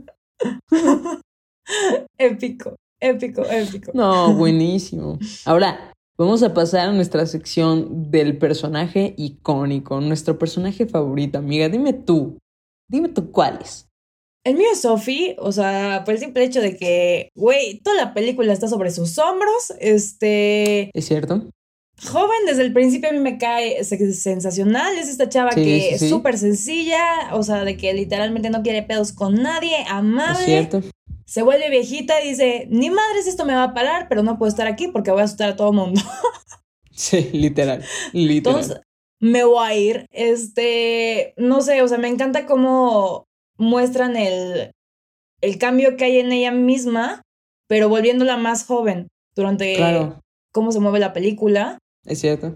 Épico, épico, épico. No, buenísimo. Ahora, vamos a pasar a nuestra sección del personaje icónico, nuestro personaje favorito. Amiga, dime tú, dime tú cuál es. El mío es Sophie, o sea, por el simple hecho de que, güey, toda la película está sobre sus hombros, este... ¿Es cierto? Joven, desde el principio a mí me cae sensacional, es esta chava Sí, que sí, es sí. súper sencilla, o sea, de que literalmente no quiere pedos con nadie, amable. Es cierto. Se vuelve viejita y dice, ni madres esto me va a parar, pero no puedo estar aquí porque voy a asustar a todo el mundo. Sí, literal, literal. Entonces, me voy a ir. Este, no sé, o sea, me encanta cómo muestran el, el cambio que hay en ella misma, pero volviéndola más joven durante Claro, cómo se mueve la película. es cierto.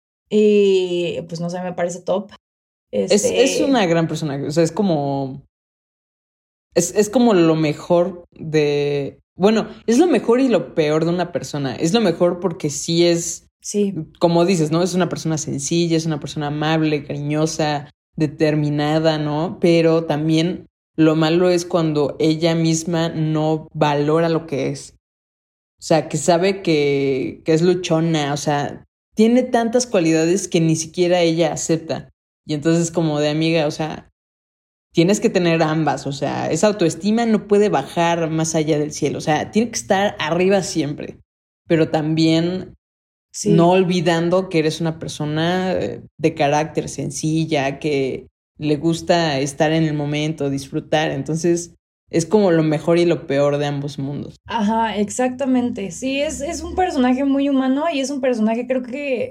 Y pues no sé, me parece top. Es, Este, es una gran personaje, o sea, es como... Es, es como lo mejor de... Bueno, es lo mejor y lo peor de una persona. Es lo mejor porque sí es... Sí, Como dices, ¿no? Es una persona sencilla, es una persona amable, cariñosa, determinada, ¿no? Pero también lo malo es cuando ella misma no valora lo que es. O sea, que sabe que, que es luchona, o sea, tiene tantas cualidades que ni siquiera ella acepta. Y entonces como de amiga, o sea, tienes que tener ambas, o sea, esa autoestima no puede bajar más allá del cielo, o sea, tiene que estar arriba siempre, pero también sí. no olvidando que eres una persona eh, de carácter sencilla, que le gusta estar en el momento, disfrutar. Entonces, es como lo mejor y lo peor de ambos mundos. Ajá, exactamente. Sí, es, es un personaje muy humano y es un personaje creo que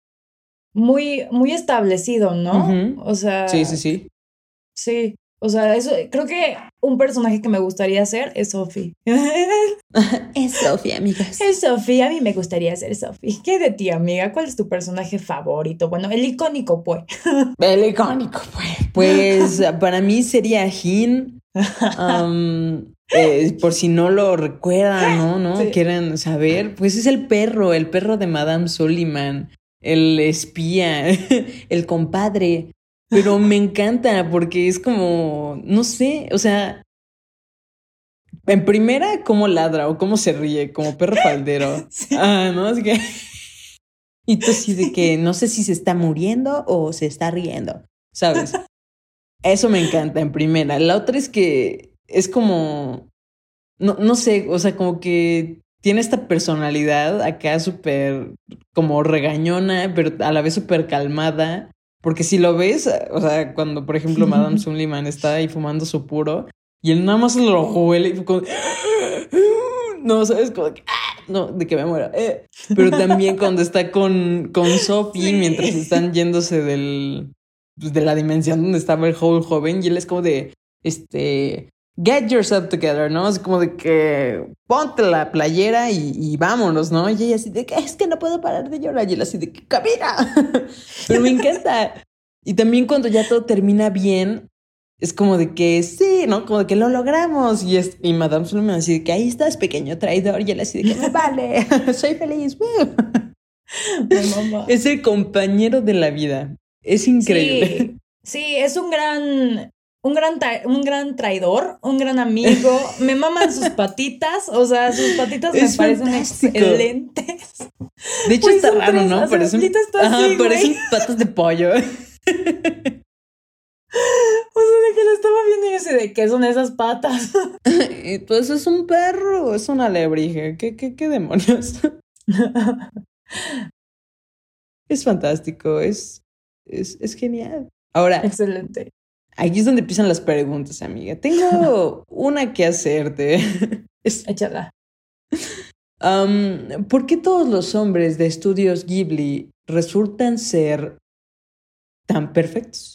muy, muy establecido, ¿no? Ujú. O sea, Sí, sí, sí. sí. O sea, eso, creo que un personaje que me gustaría ser es Sophie. Es Sofía, amigas. Es Sophie, a mí me gustaría ser Sophie. ¿Qué de ti, amiga? ¿Cuál es tu personaje favorito? Bueno, el icónico, pues. El icónico, pues. Pues para mí sería Hin. Um, eh, por si no lo recuerdan, ¿no? ¿No? Sí. Quieren saber. Pues es el perro, el perro de Madame Suleiman. El espía, el compadre. Pero me encanta porque es como, no sé, o sea, en primera, cómo ladra o cómo se ríe, como perro faldero. Sí. Ah, ¿no? Así que... Y tú sí de que no sé si se está muriendo o se está riendo, ¿sabes? Eso me encanta en primera. La otra es que es como, no, no sé, o sea, como que tiene esta personalidad acá súper como regañona, pero a la vez súper calmada. Porque si lo ves, o sea, cuando por ejemplo Madame Suleiman está ahí fumando su puro y él nada más lo huele y fue como... No, ¿sabes? Como que... No, de que me muera. Eh. Pero también cuando está con, con Sophie, Sí. mientras están yéndose del, pues, de la dimensión donde estaba el whole joven, y él es como de, este, get yourself together, ¿no? Es como de que ponte la playera y, y vámonos, ¿no? Y ella así de que es que no puedo parar de llorar. Y él así de que camina. Pero me encanta. Y también cuando ya todo termina bien, es como de que sí, ¿no? Como de que lo logramos. Y, es, y Madame Suleiman así de que ahí estás, pequeño traidor. Y él así de que me vale, soy feliz. ¡Woo! Mi mamá. Es el compañero de la vida. Es increíble. Sí, sí, es un gran, un gran, tra- un gran traidor, un gran amigo. Me maman sus patitas, o sea, sus patitas Es me parecen fantástico. excelentes. De hecho, Güey, está son raro, tres, ¿no? o sea, Parecen, ahorita está ajá, así, parecen güey. patas de pollo. O sea, de que lo estaba viendo y yo así de qué son esas patas. Y pues es un perro, es una alebrije. ¿Qué, qué, qué demonios? Es fantástico, es, es, es genial. Ahora, Excelente. aquí es donde empiezan las preguntas, amiga. Tengo una que hacerte. Es, Échala. Um, ¿por qué todos los hombres de estudios Ghibli resultan ser tan perfectos?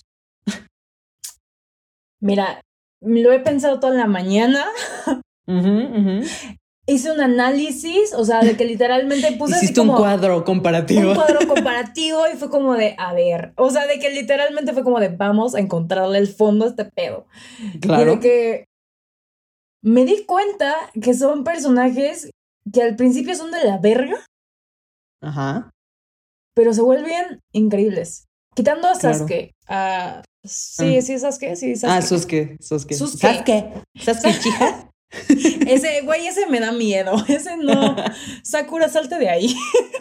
Mira, lo he pensado toda la mañana. Uh-huh, uh-huh. Hice un análisis, o sea, de que literalmente puse Hiciste así como un cuadro comparativo. Un cuadro comparativo y fue como de, a ver, o sea, de que literalmente fue como de, vamos a encontrarle el fondo a este pedo. Claro. Y de que me di cuenta que son personajes que al principio son de la verga. Ajá. Pero se vuelven increíbles. Quitando a Sasuke. Claro. Uh, sí, sí, Sasuke, sí, Sasuke. Ah, Sasuke, Sasuke. Sasuke. Sasuke. Sasuke, chija. Ese, güey, ese me da miedo. Ese no. Sakura, salte de ahí.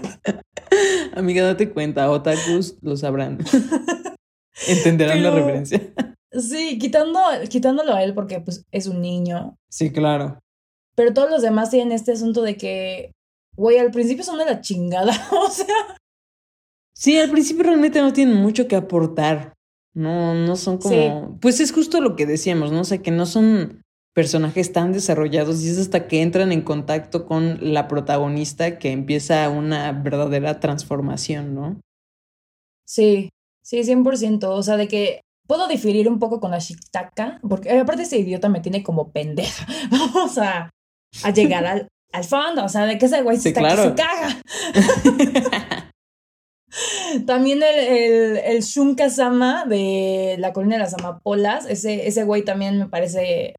Amiga, date cuenta, otakus lo sabrán. Entenderán Pero, la referencia. Sí, quitando, quitándolo a él porque pues es un niño. Sí, claro. Pero todos los demás tienen este asunto de que, güey, al principio son de la chingada. O sea. Sí, al principio realmente no tienen mucho que aportar. No, no son como... Sí. Pues es justo lo que decíamos, ¿no? O sea, que no son personajes tan desarrollados y es hasta que entran en contacto con la protagonista que empieza una verdadera transformación, ¿no? Sí, sí, cien por ciento. O sea, de que puedo diferir un poco con la Shitaka, porque aparte ese idiota me tiene como pendeja. Vamos a, a llegar al, al fondo, o sea, de que ese güey sí, está claro. que se caga. También el, el, el Shunka-sama de la colina de las amapolas, ese, ese güey también me parece...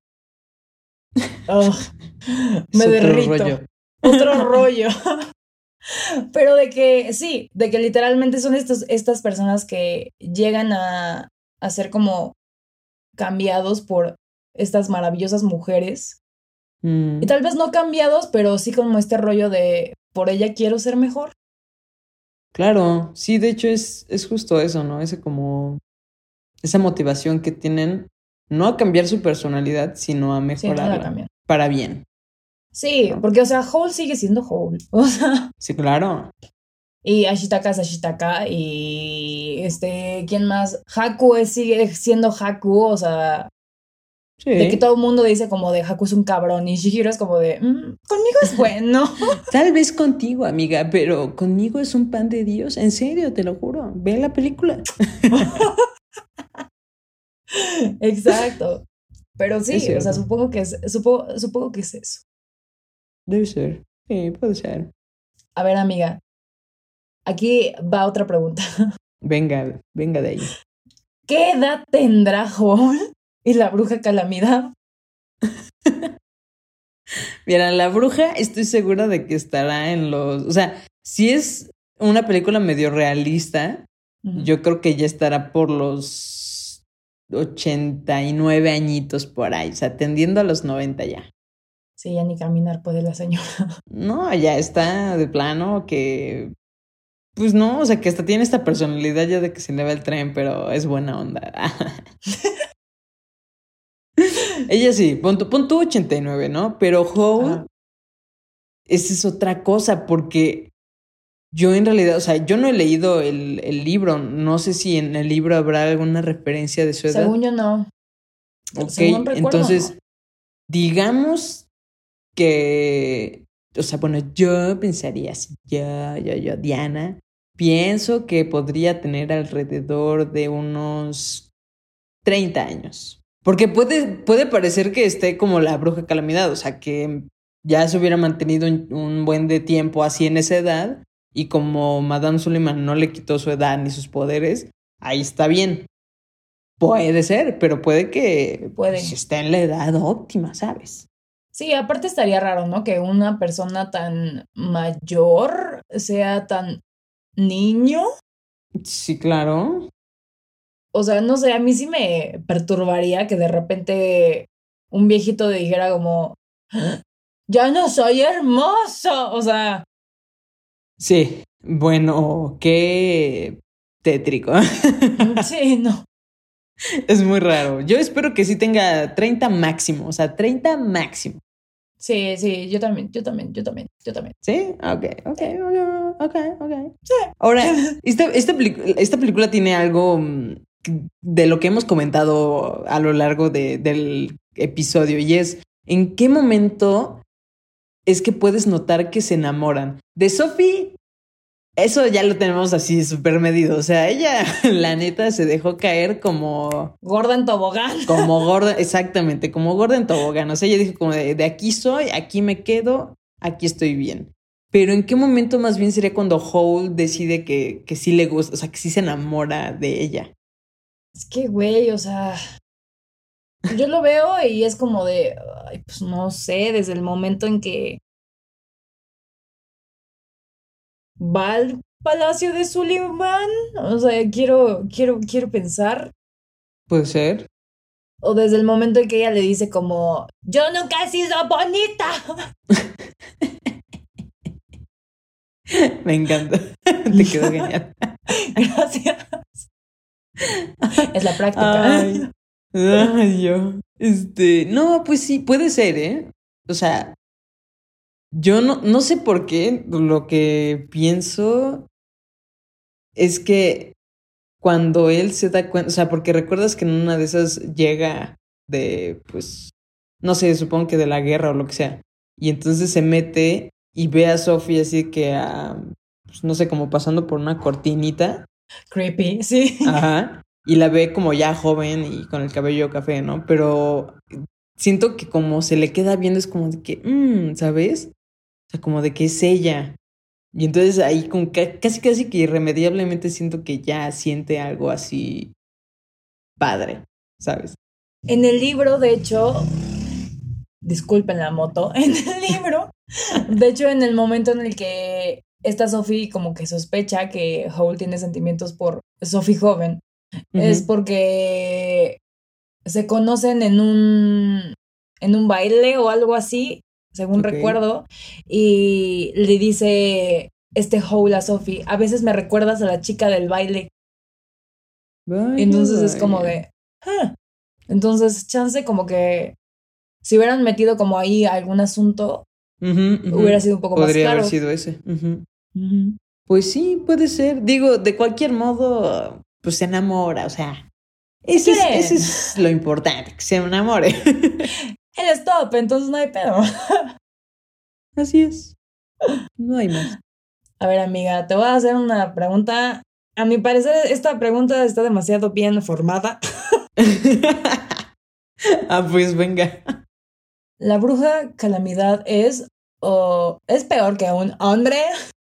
Oh, me es derrito. Otro rollo. Otro rollo. Pero de que, sí, de que literalmente son estos, estas personas que llegan a, a ser como cambiados por estas maravillosas mujeres. Mm. Y tal vez no cambiados, pero sí como este rollo de por ella quiero ser mejor. Claro, sí, de hecho es, es justo eso, ¿no? Ese como... Esa motivación que tienen, no a cambiar su personalidad, sino a mejorarla. Sí, no para bien. Sí, ¿no? Porque, o sea, Hole sigue siendo Hole. O sea... Sí, claro. Y Ashitaka es Ashitaka. Y este, ¿quién más? Haku es, sigue siendo Haku, o sea... Sí. De que todo el mundo dice como de Haku es un cabrón y Shihiro es como de mmm, conmigo es bueno. Tal vez contigo, amiga, pero conmigo es un pan de Dios. En serio, te lo juro. Ve la película. Exacto. Pero sí, o sea, supongo que es, supongo, supongo que es eso. Debe ser. Sí, puede ser. A ver, amiga. Aquí va otra pregunta. Venga, venga de ahí. ¿Qué edad tendrá Hole y la bruja Calamidad? Mira, la bruja estoy segura de que estará en los... O sea, si es una película medio realista, uh-huh. Yo creo que ya estará por los ochenta y nueve añitos por ahí. O sea, tendiendo a los noventa ya. Sí, ya ni caminar puede la señora. No, ya está de plano que... Pues no, o sea, que hasta tiene esta personalidad ya de que se le va el tren, pero es buena onda. Ella sí, pon tu, pon tu ochenta y nueve, ¿no? Pero Hole, ah. Esa es otra cosa, porque yo en realidad, o sea, yo no he leído el, el libro, no sé si en el libro habrá alguna referencia de su edad. Según yo no. Ok, Según recuerdo, entonces, no. Digamos que, o sea, bueno, yo pensaría así, yo, yo, yo, Diana, pienso que podría tener alrededor de unos treinta años. Porque puede, puede parecer que esté como la bruja Calamidad, o sea, que ya se hubiera mantenido un, un buen de tiempo así en esa edad y como Madame Suleiman no le quitó su edad ni sus poderes, ahí está bien. Puede ser, pero puede que puede. Pues, esté en la edad óptima, ¿sabes? Sí, aparte estaría raro, ¿no? Que una persona tan mayor sea tan niño. Sí, claro. O sea, no sé, a mí sí me perturbaría que de repente un viejito dijera como, ¡ya no soy hermoso! O sea... Sí, bueno, qué tétrico. Sí, no. Es muy raro. Yo espero que sí tenga treinta máximo, o sea, treinta máximo. Sí, sí, yo también, yo también, yo también, yo también. ¿Sí? Ok, ok, ok, ok, ok. Sí. Ahora, esta, esta, pelic- esta película tiene algo de lo que hemos comentado a lo largo de, del episodio y es, ¿en qué momento es que puedes notar que se enamoran. De Sophie, eso ya lo tenemos así súper medido. O sea, ella, la neta, se dejó caer como... Gorda en tobogán. Como gorda, exactamente, como gorda en tobogán. O sea, ella dijo como de, de aquí soy, aquí me quedo, aquí estoy bien. Pero ¿en qué momento más bien sería cuando Howl decide que, que sí le gusta, o sea, que sí se enamora de ella? Es que, güey, o sea... Yo lo veo y es como de... Ay, pues no sé, desde el momento en que... va al Palacio de Sullivan. O sea, quiero, quiero, quiero pensar. Puede ser. O desde el momento en que ella le dice como... Yo nunca he sido bonita. Me encanta. Te quedó genial. Gracias. Es la práctica. Ay, ay, yo. Este, no, pues sí, puede ser, ¿eh? O sea, yo no, no sé por qué. Lo que pienso es que cuando él se da cuenta, o sea, porque recuerdas que en una de esas llega de, pues, no sé, supongo que de la guerra o lo que sea. Y entonces se mete y ve a Sophie así que a, pues, no sé, como pasando por una cortinita. Creepy, sí. Ajá. Y la ve como ya joven y con el cabello café, ¿no? Pero siento que como se le queda viendo es como de que, mmm, ¿sabes? O sea, como de que es ella. Y entonces ahí como que casi casi que irremediablemente siento que ya siente algo así padre, ¿sabes? En el libro, de hecho, disculpen la moto, en el libro, de hecho, en el momento en el que esta Sophie como que sospecha que Howl tiene sentimientos por Sophie joven, uh-huh. Es porque se conocen en un, en un baile o algo así, según okay. recuerdo, y le dice este Howl a Sophie, a veces me recuerdas a la chica del baile. Vaya, entonces vaya. Es como de... Ah. Entonces, chance como que si hubieran metido como ahí algún asunto, uh-huh, uh-huh. hubiera sido un poco Podría más claro. Podría haber sido ese. Uh-huh. Uh-huh. Pues sí, puede ser. Digo, de cualquier modo, pues se enamora, o sea... Ese es, ese es lo importante, que se enamore. Él es top, entonces no hay pedo. Así es. No hay más. A ver, amiga, te voy a hacer una pregunta. A mi parecer, esta pregunta está demasiado bien formada. Ah, pues venga. ¿La bruja Calamidad es o es peor que un hombre?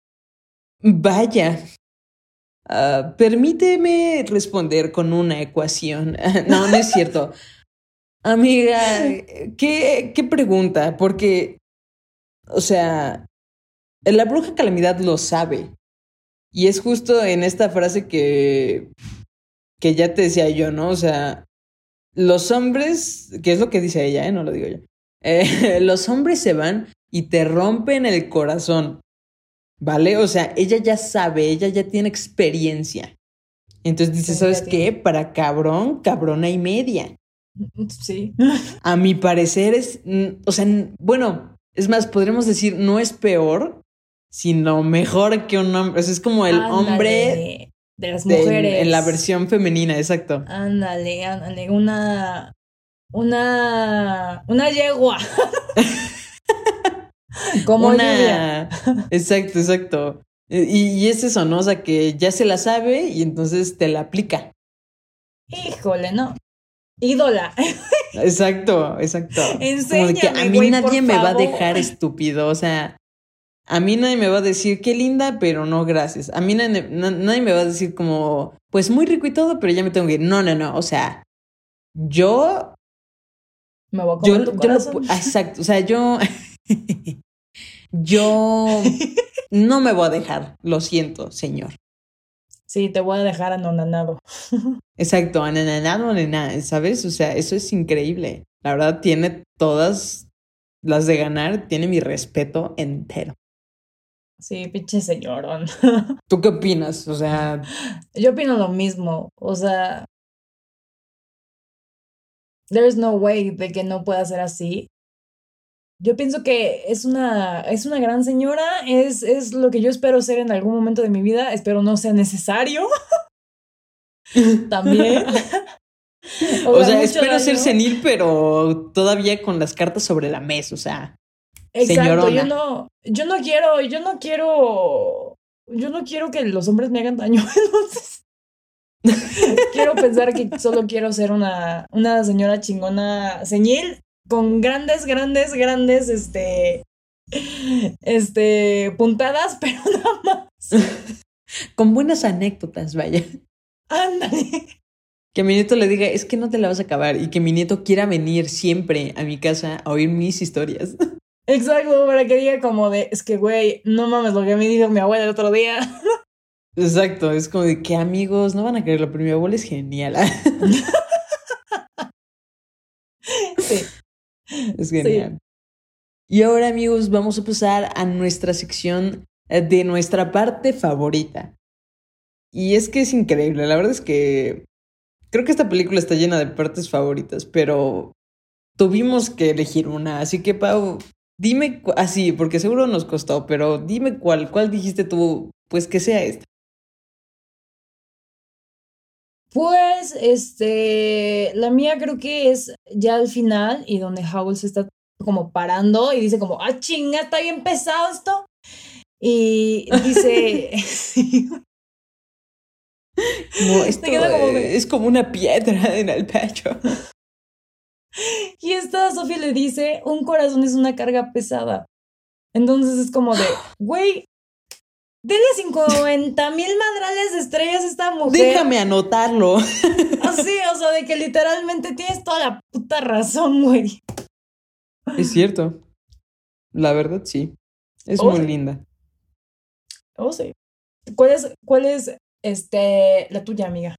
Vaya. Uh, permíteme responder con una ecuación. No, no es cierto. Amiga, ¿qué, qué pregunta? Porque, o sea, la bruja Calamidad lo sabe. Y es justo en esta frase que, que ya te decía yo, ¿no? O sea, los hombres, que es lo que dice ella, ¿eh? No lo digo yo. Eh, los hombres se van y te rompen el corazón. ¿Vale? O sea, ella ya sabe, ella ya tiene experiencia. Entonces dice, sí, ¿sabes qué? Para cabrón, cabrona y media. Sí. A mi parecer es, o sea, bueno, es más, podríamos decir, no es peor, sino mejor que un hombre. O sea, es como el ándale, hombre de las mujeres. De, en la versión femenina, exacto. Ándale, ándale, una, una, una yegua. Como una... Exacto, exacto. Y, y es eso, ¿no? O sea, que ya se la sabe y entonces te la aplica. Híjole, no. Ídola. Exacto, exacto. Enséñame, como de que a mí güey, nadie me favor. va a dejar estúpido. O sea, a mí nadie me va a decir qué linda, pero no gracias. A mí nadie, nadie me va a decir como, pues muy rico y todo, pero ya me tengo que ir. No, no, no. O sea, yo... Me voy a comer yo, tu yo corazón. Lo, exacto, o sea, yo... Yo no me voy a dejar, lo siento, señor. Sí, te voy a dejar anonanado. Exacto, anonanado, anonanado, ¿sabes? O sea, eso es increíble. La verdad, tiene todas las de ganar, tiene mi respeto entero. Sí, pinche señorón. ¿Tú qué opinas? O sea... Yo opino lo mismo, o sea... There's no way de que no pueda ser así. Yo pienso que es una, es una gran señora, es, es lo que yo espero ser en algún momento de mi vida, espero no sea necesario. También. O, o sea, sea espero daño. ser senil, pero todavía con las cartas sobre la mesa, o sea. Exacto, señorona. yo no, yo no quiero, yo no quiero, yo no quiero que los hombres me hagan daño, entonces quiero pensar que solo quiero ser una, una señora chingona señil con grandes, grandes, grandes, este, este, puntadas, pero nada más. Con buenas anécdotas, vaya. Ándale. Que a mi nieto le diga, es que no te la vas a acabar. Y que mi nieto quiera venir siempre a mi casa a oír mis historias. Exacto, para que diga como de, es que güey, no mames lo que me dijo mi abuela el otro día. Exacto, es como de que amigos, no van a creerlo, pero mi abuela es genial. Sí. Es genial. Sí. Y ahora, amigos, vamos a pasar a nuestra sección de nuestra parte favorita. Y es que es increíble, la verdad es que creo que esta película está llena de partes favoritas, pero tuvimos que elegir una, así que Pau, dime cu- así, porque seguro nos costó, pero dime cuál, cuál dijiste tú, pues que sea esta. Pues, este, la mía creo que es ya al final y donde Howl se está como parando y dice como, ah, chinga, está bien pesado esto. Y dice, sí, Como esto se queda como eh, de- es como una piedra en el pecho. y esta Sophie le dice, un corazón es una carga pesada. Entonces es como de, güey, denle cincuenta mil madrales de estrellas a esta mujer. Déjame anotarlo. Así, o sea, de que literalmente tienes toda la puta razón, güey. Es cierto. La verdad, sí. Es Oh, muy sí. linda. Oh, sí. ¿Cuál es, cuál es este, la tuya, amiga?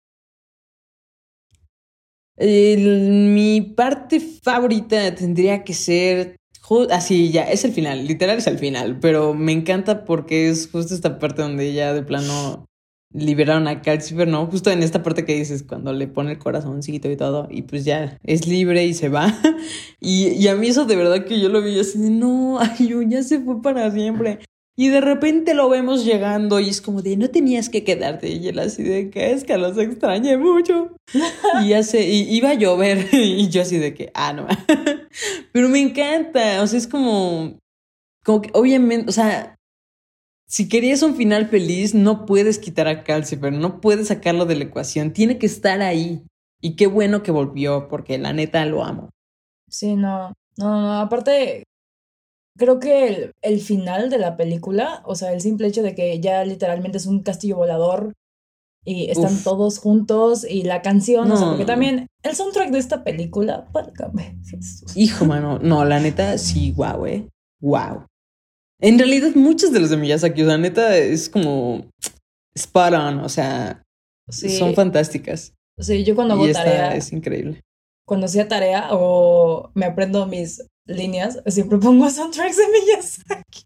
El- mi parte favorita tendría que ser ju- así ya, es el final, literal es el final, pero me encanta porque es justo esta parte donde ya de plano liberaron a Calcifer, ¿no? Justo en esta parte que dices cuando le pone el corazoncito y todo y pues ya es libre y se va y, y a mí eso de verdad que yo lo vi así de no, ay, yo ya se fue para siempre. Y de repente lo vemos llegando y es como de no tenías que quedarte. Y él así de que es que los extrañé mucho. Y ya se, y iba a llover. Y yo así de que, ah, no. Pero me encanta. O sea, es como, como que obviamente, o sea, si querías un final feliz, no puedes quitar a Calcifer, no puedes sacarlo de la ecuación. Tiene que estar ahí. Y qué bueno que volvió, porque la neta lo amo. Sí, no, no, no, aparte, creo que el, el final de la película, o sea, el simple hecho de que ya literalmente es un castillo volador y están Uf. todos juntos y la canción, o sea, No, porque no, no. también el soundtrack de esta película, válgame Jesús. Hijo, mano, no, la neta, sí, guau, eh. Wow. En realidad, muchos de los de Miyazaki, o sea, neta, es como spot on, o sea, Sí, son fantásticas. sí, yo cuando Y hago esta tarea, es increíble. cuando hacía tarea o me aprendo mis líneas, siempre pongo soundtracks de Miyazaki.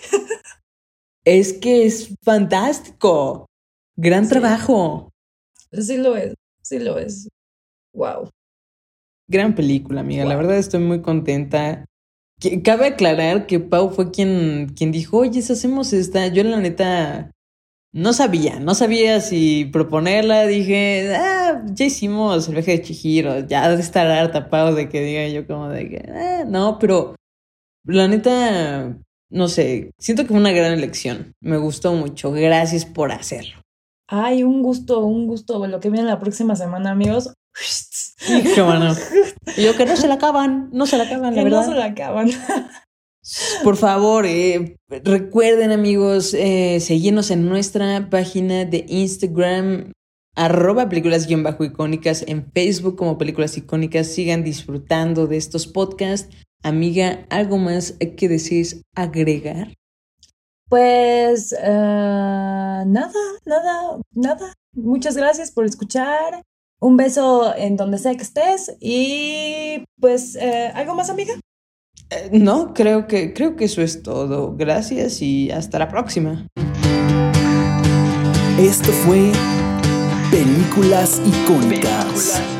Es que es fantástico. Gran Sí. trabajo. Sí lo es, sí lo es. Wow. Gran película, amiga. La Wow. verdad estoy muy contenta. Que- Cabe aclarar que Pau fue quien, quien dijo, oye, si hacemos esta. Yo la neta no sabía, no sabía si proponerla. Dije, ah, ya hicimos el viaje de Chihiro. Ya de estar harta, Pau, de que diga yo como de que, ah, no, pero la neta, no sé, siento que fue una gran elección. Me gustó mucho. Gracias por hacerlo. Ay, un gusto, un gusto. Lo que viene la próxima semana, amigos. Hijo, mano. Y yo que no se la acaban, no se la acaban, la Que no verdad. se la acaban. Por favor, eh, recuerden, amigos, eh, seguirnos en nuestra página de Instagram, arroba películas-icónicas, en Facebook como Películas Icónicas. Sigan disfrutando de estos podcasts. Amiga, ¿algo más que desees agregar? Pues eh, nada, nada, nada. Muchas gracias por escuchar. Un beso en donde sea que estés. Y pues, eh, ¿algo más, amiga? Eh, no, creo que, creo que eso es todo. Gracias y hasta la próxima. Esto fue Películas Icónicas.